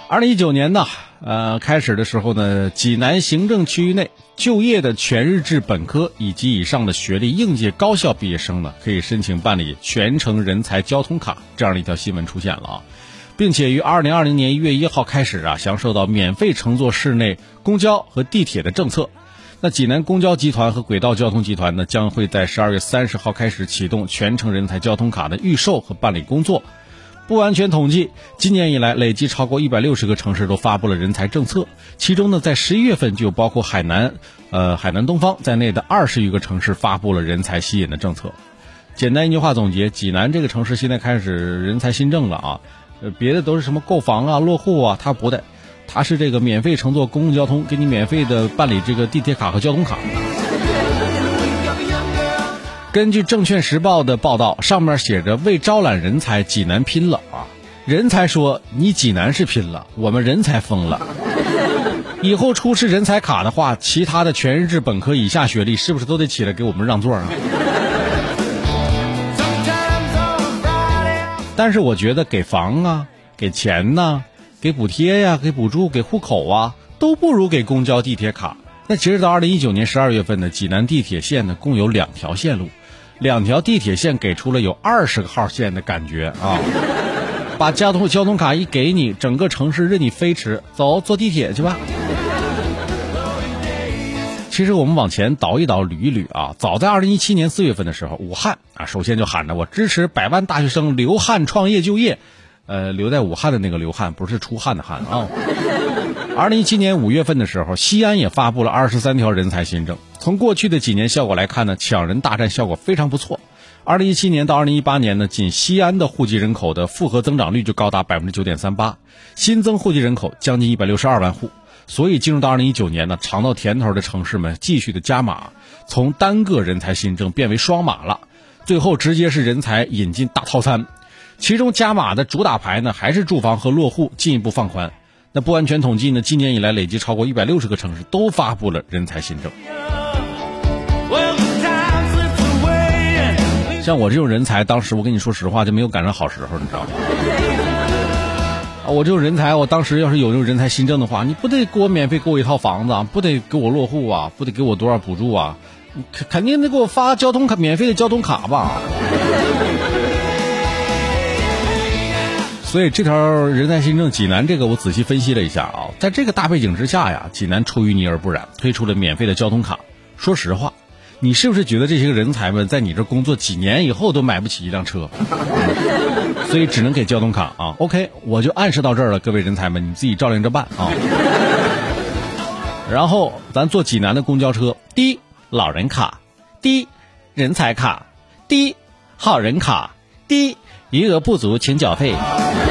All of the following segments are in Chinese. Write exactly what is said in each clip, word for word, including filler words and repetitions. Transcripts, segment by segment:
二零一九年呢，呃，开始的时候呢，济南行政区域内就业的全日制本科以及以上的学历应届高校毕业生呢，可以申请办理全程人才交通卡这样的一条新闻出现了啊，并且于二零二零年一月一号开始啊，享受到免费乘坐市内公交和地铁的政策。那济南公交集团和轨道交通集团呢，将会在十二月三十号开始启动全程人才交通卡的预售和办理工作。不完全统计，今年以来累计超过一百六十个城市都发布了人才政策，其中呢，在十一月份就有包括海南、呃海南东方在内的二十余个城市发布了人才吸引的政策。简单一句话总结，济南这个城市现在开始人才新政了啊，呃别的都是什么购房啊、落户啊，它不带，它是这个免费乘坐公共交通，给你免费的办理这个地铁卡和交通卡。根据证券时报的报道，上面写着为招揽人才，济南拼了啊！人才说你济南是拼了，我们人才疯了。以后出示人才卡的话，其他的全日制本科以下学历是不是都得起来给我们让座啊？但是我觉得给房啊、给钱呐、啊、给补贴呀、啊、给补助、给户口啊，都不如给公交地铁卡。那截止到二零一九年十二月份呢，济南地铁线呢共有两条线路。两条地铁线给出了有二十个号线的感觉啊！把交通交通卡一给你，整个城市任你飞驰，走坐地铁去吧。其实我们往前倒一倒捋一捋啊，早在二零一七年四月份的时候，武汉啊首先就喊着我支持百万大学生留汉创业就业，呃，留在武汉的那个留汉，不是出汗的汗啊。二零一七年五月份的时候，西安也发布了二十三条人才新政。从过去的几年效果来看呢，抢人大战效果非常不错。二零一七年到二零一八年呢，仅西安的户籍人口的复合增长率就高达 百分之九点三八， 新增户籍人口将近一百六十二万户。所以进入到二零一九年呢，尝到甜头的城市们继续的加码，从单个人才新政变为双码了，最后直接是人才引进大套餐。其中加码的主打牌呢，还是住房和落户进一步放宽。那不完全统计呢，今年以来累计超过一百六十个城市都发布了人才新政。像我这种人才，当时我跟你说实话就没有赶上好时候，你知道吗？啊，我这种人才，我当时要是有这种人才新政的话，你不得给我免费给我一套房子啊，不得给我落户啊，不得给我多少补助啊，肯定得给我发交通卡，免费的交通卡吧。所以这条人才新政，济南这个我仔细分析了一下啊，在这个大背景之下呀，济南出淤泥而不染，推出了免费的交通卡。说实话，你是不是觉得这些个人才们在你这工作几年以后都买不起一辆车，所以只能给交通卡啊 ？OK， 我就暗示到这儿了，各位人才们，你自己照应着办啊。然后咱坐济南的公交车，第一老人卡，第一人才卡，第一好人卡，第一余额不足请缴费。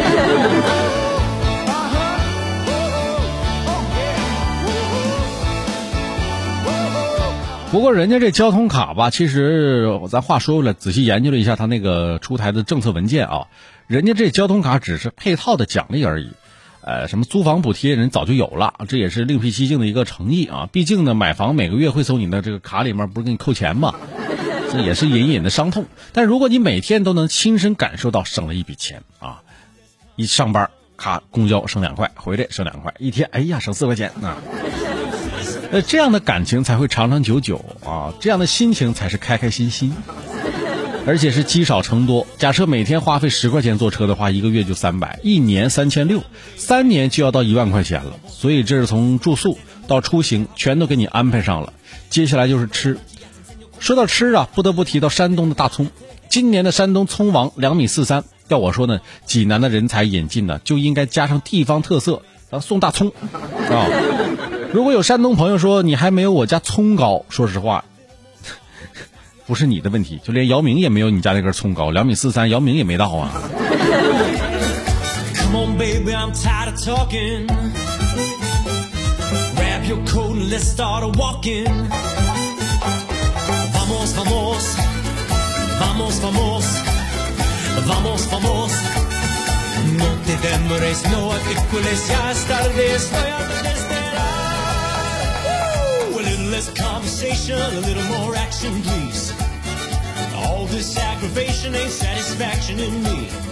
不过人家这交通卡吧，其实咱话说回来，仔细研究了一下他那个出台的政策文件啊，人家这交通卡只是配套的奖励而已，呃，什么租房补贴人早就有了，这也是另辟蹊径的一个诚意啊。毕竟呢，买房每个月会从你的这个卡里面不是给你扣钱吗？这也是隐隐的伤痛。但如果你每天都能亲身感受到省了一笔钱啊，一上班卡公交省两块，回来省两块，一天哎呀省四块钱啊。呃，这样的感情才会长长久久啊，这样的心情才是开开心心，而且是积少成多。假设每天花费十块钱坐车的话，一个月就三百，一年三千六，三年就要到一万块钱了。所以这是从住宿到出行全都给你安排上了。接下来就是吃，说到吃啊，不得不提到山东的大葱。今年的山东葱王两米四三，要我说呢，济南的人才引进呢，就应该加上地方特色，然后送大葱啊。如果有山东朋友说你还没有我家葱高，说实话不是你的问题，就连姚明也没有你家那根葱高，两米四三，姚明也没到啊。Come on, baby, I'm tired of talking. Grab your coat and let's start walking. Vamos, vamos, vamos, vamos, vamos, vamos. No te demores, no articules, ya es tarde, estoy harto de esperar.A little less conversation, a little more action, please. All this aggravation ain't satisfaction in me.